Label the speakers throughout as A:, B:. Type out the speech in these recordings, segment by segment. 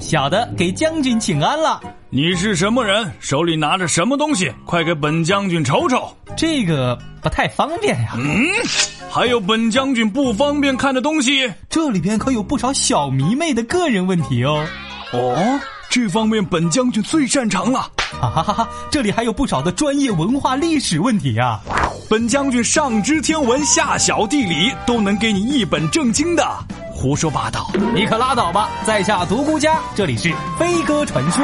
A: 小的给将军请安了。
B: 你是什么人？手里拿着什么东西？快给本将军瞅瞅。
A: 这个不太方便呀。
B: 还有本将军不方便看的东西？
A: 这里边可有不少小迷妹的个人问题哦。
B: 哦，这方面本将军最擅长了。
A: 哈哈哈！这里还有不少的专业文化历史问题啊。
B: 本将军上知天文下晓地理，都能给你一本正经的胡说八道。
A: 你可拉倒吧，在下独孤家，这里是飞鸽传书。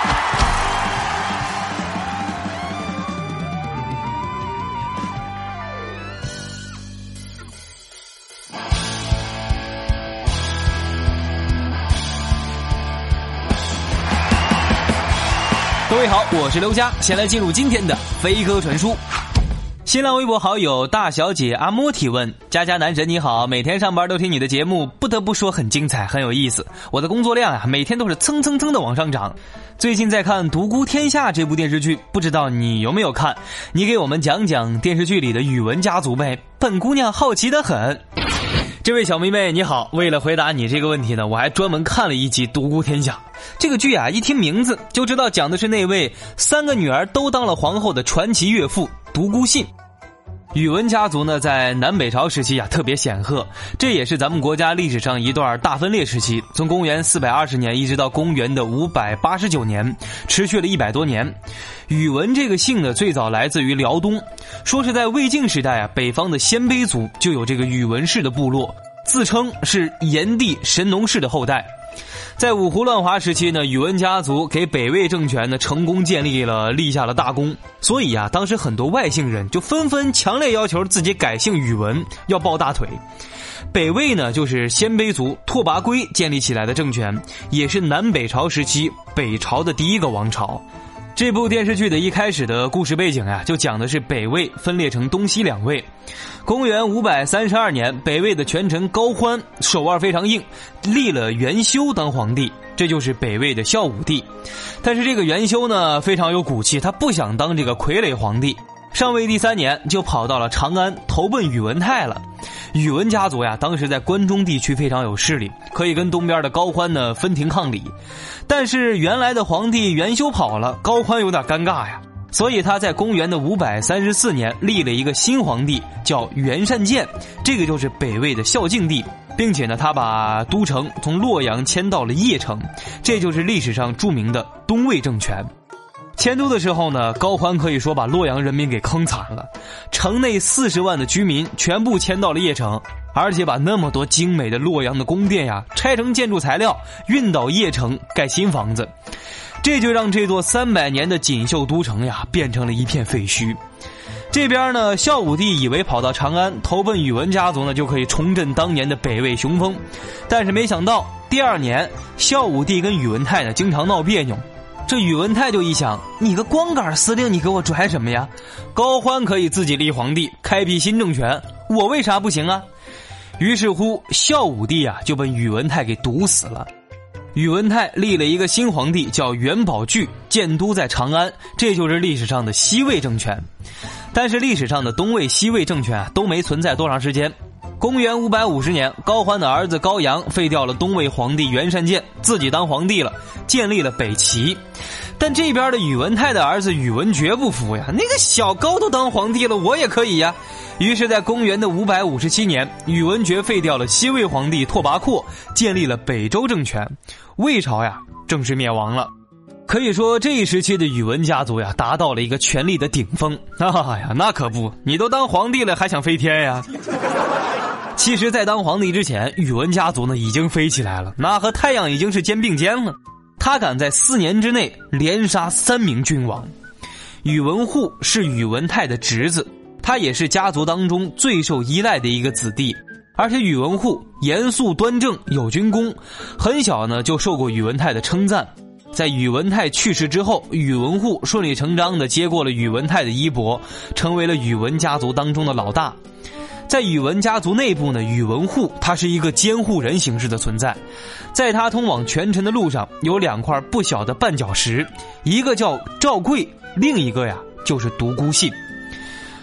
A: 各位好，我是刘佳，先来进入今天的飞鸽传书。新浪微博好友大小姐阿莫提问：佳佳男神你好，每天上班都听你的节目，不得不说很精彩，很有意思。我的工作量每天都是蹭蹭蹭的往上涨。最近在看《独孤天下》这部电视剧，不知道你有没有看？你给我们讲讲电视剧里的宇文家族呗，本姑娘好奇得很。这位小迷妹你好，为了回答你这个问题呢，我还专门看了一集《独孤天下》。这个剧一听名字就知道讲的是那位3个女儿都当了皇后的传奇岳父独孤信。宇文家族呢，在南北朝时期特别显赫，这也是咱们国家历史上一段大分裂时期，从公元420年一直到公元的589年，持续了100多年。宇文这个姓呢，最早来自于辽东，说是在魏晋时代北方的鲜卑族就有这个宇文氏的部落，自称是炎帝神农氏的后代。在五胡乱华时期呢，宇文家族给北魏政权呢成功立下了大功，所以当时很多外姓人就纷纷强烈要求自己改姓宇文，要抱大腿。北魏呢就是鲜卑族拓跋圭建立起来的政权，也是南北朝时期北朝的第一个王朝。这部电视剧的一开始的故事背景就讲的是北魏分裂成东西两魏。公元532年，北魏的权臣高欢手腕非常硬，立了元修当皇帝，这就是北魏的孝武帝。但是这个元修呢非常有骨气，他不想当这个傀儡皇帝，上位第3年就跑到了长安投奔宇文泰了。宇文家族当时在关中地区非常有势力，可以跟东边的高欢呢分庭抗礼。但是原来的皇帝元修跑了，高欢有点尴尬所以他在公元的534年立了一个新皇帝，叫元善见，这个就是北魏的孝敬帝，并且呢他把都城从洛阳迁到了邺城，这就是历史上著名的东魏政权。迁都的时候呢，高欢可以说把洛阳人民给坑惨了，城内40万的居民全部迁到了邺城，而且把那么多精美的洛阳的宫殿拆成建筑材料运到邺城盖新房子，这就让这座300年的锦绣都城变成了一片废墟。这边呢，孝武帝以为跑到长安投奔宇文家族呢就可以重振当年的北魏雄风，但是没想到第2年孝武帝跟宇文泰呢经常闹别扭。这宇文泰就一想，你个光杆司令，你给我拽什么呀？高欢可以自己立皇帝，开辟新政权，我为啥不行啊？于是乎，孝武帝就被宇文泰给毒死了。宇文泰立了一个新皇帝，叫元宝炬，建都在长安，这就是历史上的西魏政权。但是历史上的东魏、西魏政权都没存在多长时间。公元550年，高欢的儿子高阳废掉了东魏皇帝元善见，自己当皇帝了，建立了北齐。但这边的宇文泰的儿子宇文觉不服那个小高都当皇帝了，我也可以于是在公元的557年，宇文觉废掉了西魏皇帝拓跋廓，建立了北周政权，魏朝正式灭亡了。可以说这一时期的宇文家族达到了一个权力的顶峰。那可不，你都当皇帝了还想飞天其实在当皇帝之前，宇文家族呢已经飞起来了，那和太阳已经是肩并肩了。他敢在4年之内连杀3名君王。宇文护是宇文泰的侄子，他也是家族当中最受依赖的一个子弟，而且宇文护严肃端正，有军功，很小呢就受过宇文泰的称赞。在宇文泰去世之后，宇文护顺理成章地接过了宇文泰的衣钵，成为了宇文家族当中的老大。在宇文家族内部呢，宇文护他是一个监护人形式的存在，在他通往权臣的路上有2块不小的绊脚石，一个叫赵贵，另一个就是独孤信。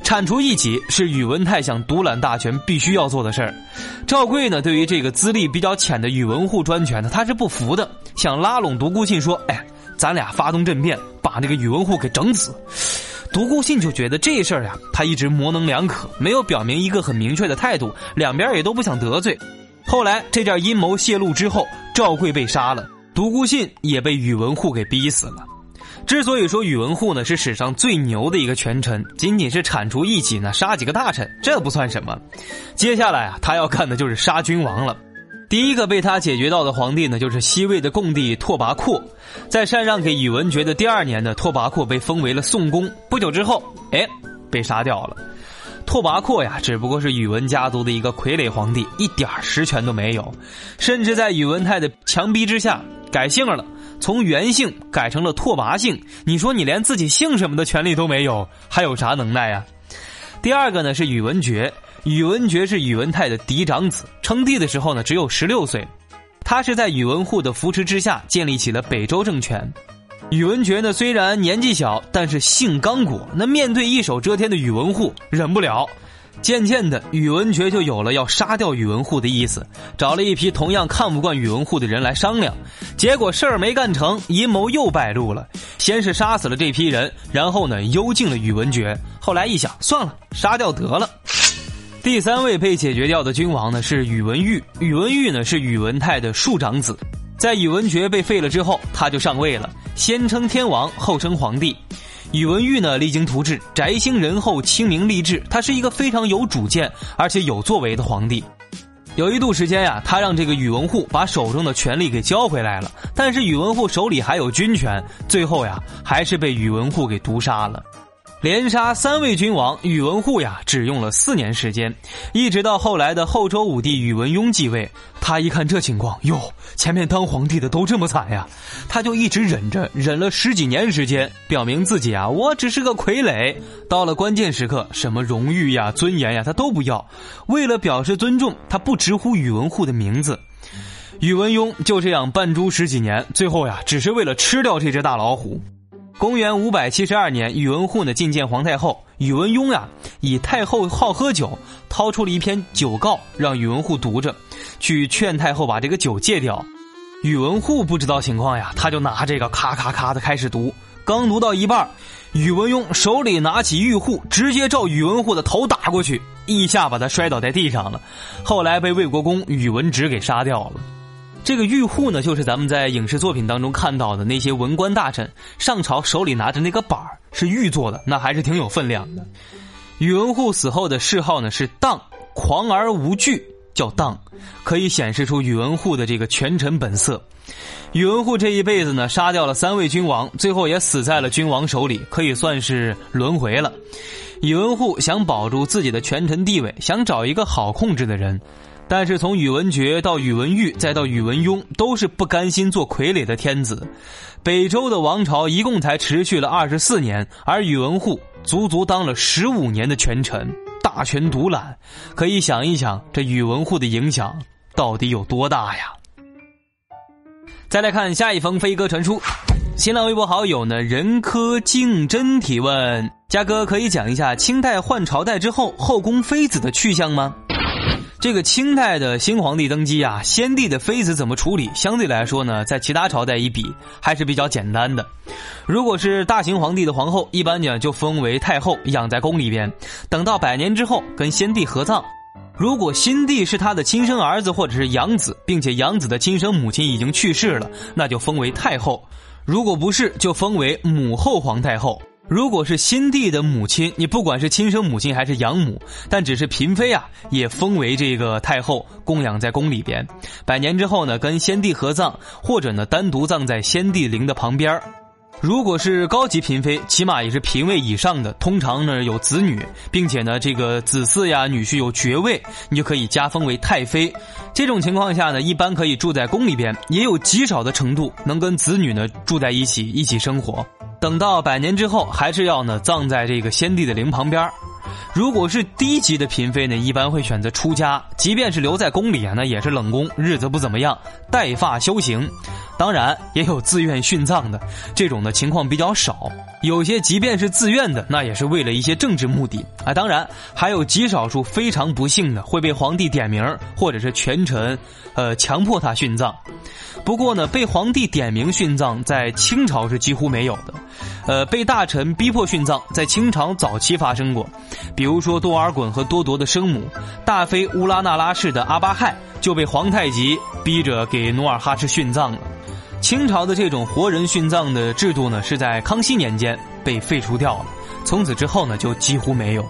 A: 铲除异己是宇文泰想独揽大权必须要做的事儿。赵贵呢，对于这个资历比较浅的宇文护专权呢，他是不服的，想拉拢独孤信说：“哎，咱俩发动政变，把这个宇文护给整死。”独孤信就觉得这事儿呀，他一直模棱两可，没有表明一个很明确的态度，两边也都不想得罪。后来这件阴谋泄露之后，赵贵被杀了，独孤信也被宇文护给逼死了。之所以说宇文护呢是史上最牛的一个权臣，仅仅是铲除异己呢，杀几个大臣，这不算什么。接下来啊，他要干的就是杀君王了。第一个被他解决到的皇帝呢，就是西魏的共帝拓跋廓。在禅让给宇文觉的第2年呢，拓跋廓被封为了宋公，不久之后，被杀掉了。拓跋廓呀，只不过是宇文家族的一个傀儡皇帝，一点实权都没有，甚至在宇文泰的强逼之下改姓了，从原姓改成了拓跋姓。你说你连自己姓什么的权利都没有，还有啥能耐呀？第二个呢是宇文觉，宇文觉是宇文泰的嫡长子，称帝的时候呢只有16岁。他是在宇文护的扶持之下建立起了北周政权。宇文觉呢虽然年纪小，但是性刚果，那面对一手遮天的宇文护忍不了。渐渐的，宇文觉就有了要杀掉宇文护的意思，找了一批同样看不惯宇文护的人来商量。结果事儿没干成，阴谋又败露了。先是杀死了这批人，然后呢幽禁了宇文觉。后来一想，算了，杀掉得了。第3位被解决掉的君王呢是宇文毓。宇文毓呢是宇文泰的庶长子，在宇文觉被废了之后，他就上位了，先称天王，后称皇帝。宇文毓呢励精图治，宅心仁厚，清明励志，他是一个非常有主见而且有作为的皇帝。有一度时间呀，他让这个宇文护把手中的权力给交回来了，但是宇文护手里还有军权，最后呀还是被宇文护给毒杀了。连杀3位君王，宇文护呀只用了4年时间，一直到后来的后周武帝宇文邕继位。他一看这情况，前面当皇帝的都这么惨呀，他就一直忍着，忍了10几年时间，表明自己啊，我只是个傀儡。到了关键时刻，什么荣誉呀、尊严呀，他都不要。为了表示尊重，他不直呼宇文护的名字。宇文邕就这样扮猪10几年，最后呀，只是为了吃掉这只大老虎。公元572年，宇文护呢觐见皇太后，宇文邕呀以太后好喝酒，掏出了一篇酒告，让宇文护读着，去劝太后把这个酒戒掉。宇文护不知道情况呀，他就拿这个咔咔咔的开始读，刚读到一半，宇文邕手里拿起玉护，直接照宇文护的头打过去，一下把他摔倒在地上了。后来被魏国公宇文直给杀掉了。这个玉护呢，就是咱们在影视作品当中看到的那些文官大臣上朝手里拿着那个板儿，是玉做的，那还是挺有分量的。宇文护死后的谥号呢是荡，狂而无惧，叫荡，可以显示出宇文护的这个权臣本色。宇文护这一辈子呢，杀掉了3位君王，最后也死在了君王手里，可以算是轮回了。宇文护想保住自己的权臣地位，想找一个好控制的人。但是从宇文觉到宇文毓再到宇文邕，都是不甘心做傀儡的天子。北周的王朝一共才持续了24年，而宇文护足足当了15年的权臣，大权独揽。可以想一想，这宇文护的影响到底有多大呀？再来看下一封飞鸽传书。新浪微博好友呢人科竞争提问：嘉哥可以讲一下清代换朝代之后后宫妃子的去向吗？这个清代的新皇帝登基啊，先帝的妃子怎么处理，相对来说呢，在其他朝代一比还是比较简单的。如果是大秦皇帝的皇后，一般讲就封为太后，养在宫里边，等到100年之后跟先帝合葬。如果新帝是他的亲生儿子或者是养子，并且养子的亲生母亲已经去世了，那就封为太后。如果不是，就封为母后皇太后。如果是新帝的母亲，你不管是亲生母亲还是养母，但只是嫔妃啊，也封为这个太后，供养在宫里边。100年之后呢，跟先帝合葬，或者呢单独葬在先帝陵的旁边。如果是高级嫔妃，起码也是嫔位以上的，通常呢有子女，并且呢这个子嗣呀女婿有爵位，你就可以加封为太妃。这种情况下呢，一般可以住在宫里边，也有极少的程度能跟子女呢住在一起生活。等到100年之后，还是要呢葬在这个先帝的陵旁边。 如果是低级的嫔妃呢，一般会选择出家，即便是留在宫里啊，那也是冷宫，日子不怎么样，带发修行。当然也有自愿殉葬的，这种的情况比较少。有些即便是自愿的，那也是为了一些政治目的啊。当然还有极少数非常不幸的会被皇帝点名，或者是权臣强迫他殉葬。不过呢，被皇帝点名殉葬在清朝是几乎没有的。被大臣逼迫殉葬在清朝早期发生过，比如说多尔衮和多铎的生母大妃乌拉那拉氏的阿巴亥就被皇太极逼着给努尔哈赤殉葬了。清朝的这种活人殉葬的制度呢，是在康熙年间被废除掉了，从此之后呢就几乎没有。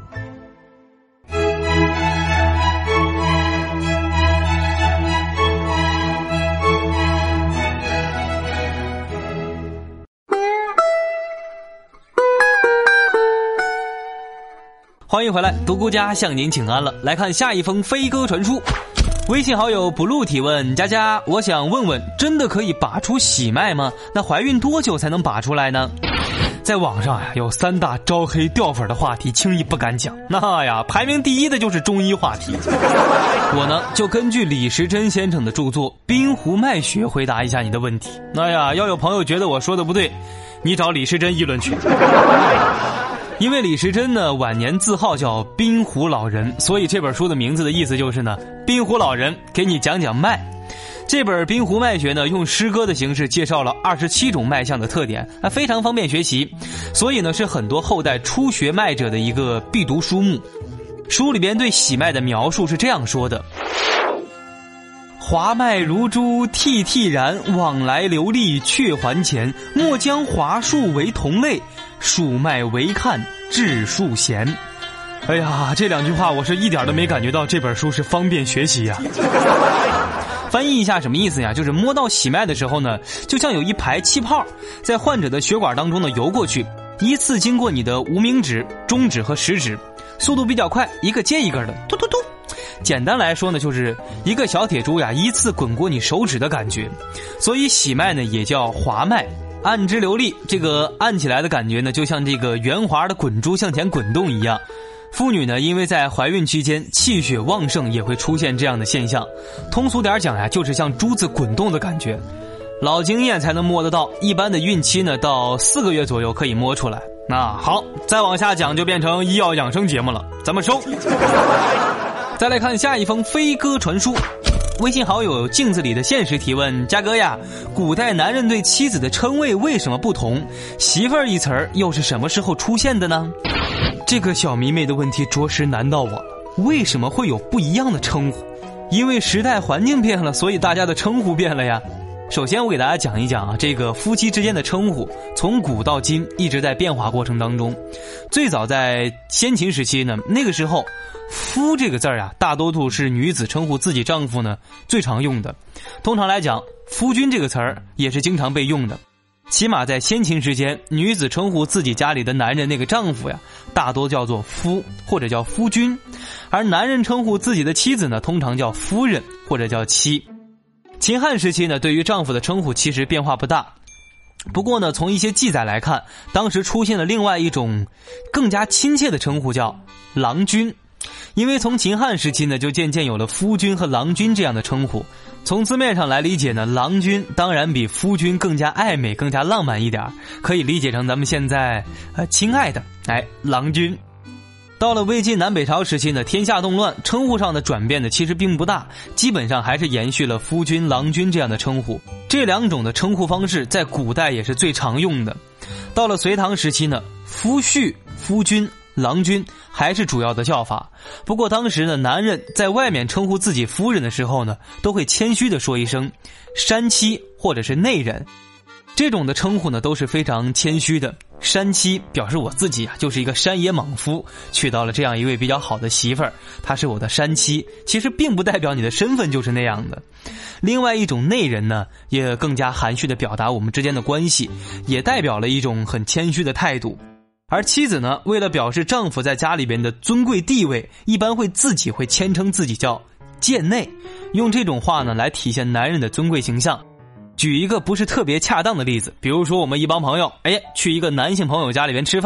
A: 欢迎回来，独孤家向您请安了。来看下一封飞鸽传书。微信好友 blue 提问：佳佳，我想问问，真的可以拔出喜脉吗？那怀孕多久才能拔出来呢？在网上有3大招黑掉粉的话题，轻易不敢讲。那呀，排名第一的就是中医话题。我呢，就根据李时珍先生的著作《冰湖脉学》回答一下你的问题。那呀，要有朋友觉得我说的不对，你找李时珍议论去。因为李时珍呢晚年自号叫冰湖老人，所以这本书的名字的意思就是呢，冰湖老人给你讲讲脉。这本冰湖脉学呢，用诗歌的形式介绍了27种脉象的特点，非常方便学习，所以呢是很多后代初学脉者的一个必读书目。书里边对喜脉的描述是这样说的：华脉如珠涕涕然，往来流利却还前，莫将华数为同类，数脉为看治数闲。哎呀，这2句话我是一点都没感觉到这本书是方便学习呀。翻译一下什么意思呀？就是摸到喜脉的时候呢，就像有一排气泡在患者的血管当中呢游过去，依次经过你的无名指、中指和食指，速度比较快，一个接一个的，突突突。简单来说呢，就是一个小铁珠呀依次滚过你手指的感觉，所以喜脉呢也叫滑脉。按之流利，这个按起来的感觉呢，就像这个圆滑的滚珠向前滚动一样。妇女呢，因为在怀孕期间气血旺盛，也会出现这样的现象。通俗点讲呀，就是像珠子滚动的感觉。老经验才能摸得到，一般的孕期呢，到4个月左右可以摸出来。那好，再往下讲就变成医药养生节目了，咱们收。再来看下一封飞鸽传书。微信好友镜子里的现实提问：嘉哥呀，古代男人对妻子的称谓为什么不同？媳妇儿一词儿又是什么时候出现的呢？这个小迷妹的问题着实难到我了。为什么会有不一样的称呼？因为时代环境变了，所以大家的称呼变了呀。首先我给大家讲一讲这个夫妻之间的称呼从古到今一直在变化过程当中。最早在先秦时期呢，那个时候夫这个字儿大多数是女子称呼自己丈夫呢最常用的。通常来讲，夫君这个词儿也是经常被用的。起码在先秦时间，女子称呼自己家里的男人那个丈夫大多叫做夫或者叫夫君，而男人称呼自己的妻子呢，通常叫夫人或者叫妻。秦汉时期呢，对于丈夫的称呼其实变化不大。不过呢，从一些记载来看，当时出现了另外一种更加亲切的称呼，叫郎君。因为从秦汉时期呢，就渐渐有了夫君和郎君这样的称呼。从字面上来理解呢，郎君当然比夫君更加暧昧，更加浪漫一点，可以理解成咱们现在亲爱的郎君。到了魏晋南北朝时期呢，天下动乱，称呼上的转变呢其实并不大，基本上还是延续了夫君、郎君这样的称呼。这2种的称呼方式在古代也是最常用的。到了隋唐时期呢，夫婿、夫君、郎君还是主要的叫法。不过当时呢，男人在外面称呼自己夫人的时候呢，都会谦虚地说一声山妻或者是内人。这种的称呼呢都是非常谦虚的。山妻表示我自己就是一个山野莽夫，娶到了这样一位比较好的媳妇儿，她是我的山妻，其实并不代表你的身份就是那样的。另外一种内人呢，也更加含蓄地表达我们之间的关系，也代表了一种很谦虚的态度。而妻子呢，为了表示丈夫在家里边的尊贵地位，一般会谦称自己叫贱内，用这种话呢来体现男人的尊贵形象。举一个不是特别恰当的例子，比如说我们一帮朋友去一个男性朋友家里边吃饭，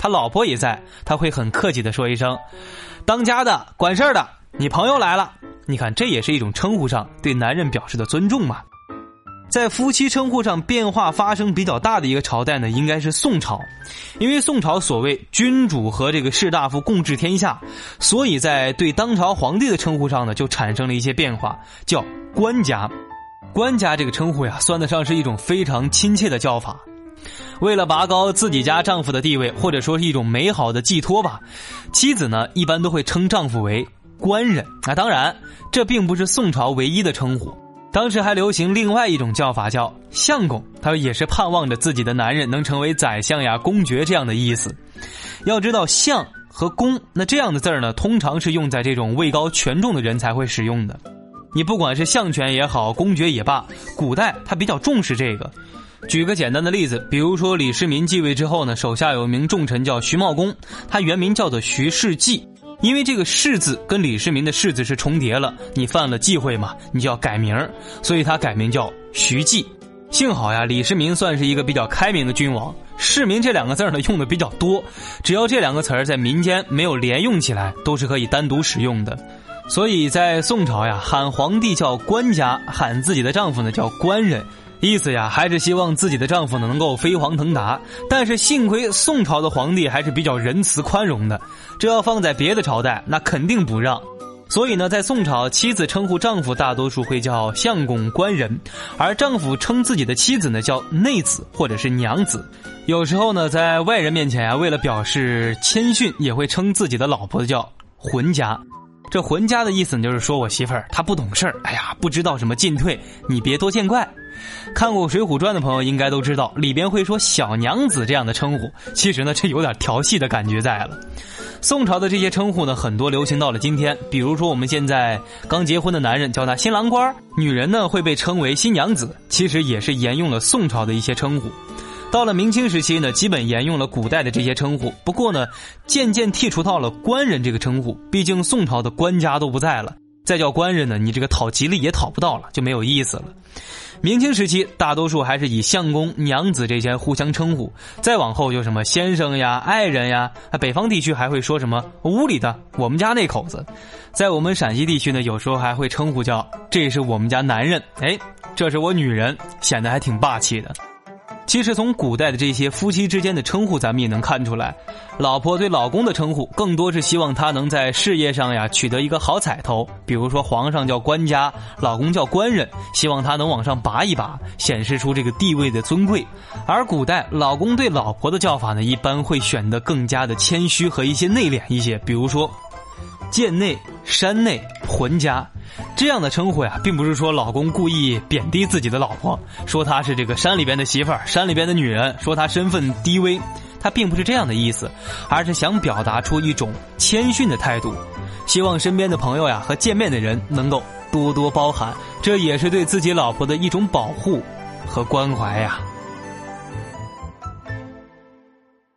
A: 他老婆也在，他会很客气地说一声当家的管事儿的，你朋友来了。你看，这也是一种称呼上对男人表示的尊重嘛。在夫妻称呼上变化发生比较大的一个朝代呢，应该是宋朝。因为宋朝所谓君主和这个士大夫共治天下，所以在对当朝皇帝的称呼上呢，就产生了一些变化，叫官家。官家这个称呼呀，算得上是一种非常亲切的叫法。为了拔高自己家丈夫的地位，或者说是一种美好的寄托吧，妻子呢一般都会称丈夫为官人。当然这并不是宋朝唯一的称呼，当时还流行另外一种叫法叫相公，他也是盼望着自己的男人能成为宰相呀、公爵这样的意思。要知道相和公，那这样的字儿呢，通常是用在这种位高权重的人才会使用的。你不管是相权也好，公爵也罢，古代他比较重视这个。举个简单的例子，比如说李世民继位之后呢，手下有一名重臣叫徐茂公，他原名叫做徐世绩。因为这个世字跟李世民的世字是重叠了，你犯了忌讳嘛，你就要改名，所以他改名叫徐绩。幸好呀，李世民算是一个比较开明的君王，世民这两个字呢用的比较多，只要这两个词儿在民间没有连用起来，都是可以单独使用的。所以在宋朝呀，喊皇帝叫官家，喊自己的丈夫呢叫官人，意思呀还是希望自己的丈夫呢能够飞黄腾达。但是幸亏宋朝的皇帝还是比较仁慈宽容的，这要放在别的朝代那肯定不让。所以呢，在宋朝，妻子称呼丈夫大多数会叫相公官人，而丈夫称自己的妻子呢叫内子或者是娘子。有时候呢，在外人面前为了表示谦逊，也会称自己的老婆叫浑家。这浑家的意思呢，就是说我媳妇儿她不懂事儿，不知道什么进退，你别多见怪。看过《水浒传》的朋友应该都知道，里边会说小娘子这样的称呼，其实呢这有点调戏的感觉在了。宋朝的这些称呼呢，很多流行到了今天，比如说我们现在刚结婚的男人叫他新郎官，女人呢会被称为新娘子，其实也是沿用了宋朝的一些称呼。到了明清时期呢，基本沿用了古代的这些称呼，不过呢渐渐剔除到了官人这个称呼，毕竟宋朝的官家都不在了，再叫官人呢，你这个讨吉利也讨不到了，就没有意思了。明清时期大多数还是以相公娘子这些互相称呼，再往后就什么先生呀爱人呀，北方地区还会说什么屋里的我们家那口子，在我们陕西地区呢，有时候还会称呼叫这是我们家男人，这是我女人，显得还挺霸气的。其实从古代的这些夫妻之间的称呼咱们也能看出来，老婆对老公的称呼更多是希望他能在事业上呀取得一个好彩头，比如说皇上叫官家，老公叫官人，希望他能往上拔一拔，显示出这个地位的尊贵。而古代老公对老婆的叫法呢，一般会选得更加的谦虚和一些内敛一些，比如说贱内、山内、浑家这样的称呼呀，并不是说老公故意贬低自己的老婆，说她是这个山里边的媳妇儿，山里边的女人，说她身份低微，他并不是这样的意思，而是想表达出一种谦逊的态度，希望身边的朋友呀和见面的人能够多多包涵，这也是对自己老婆的一种保护和关怀呀。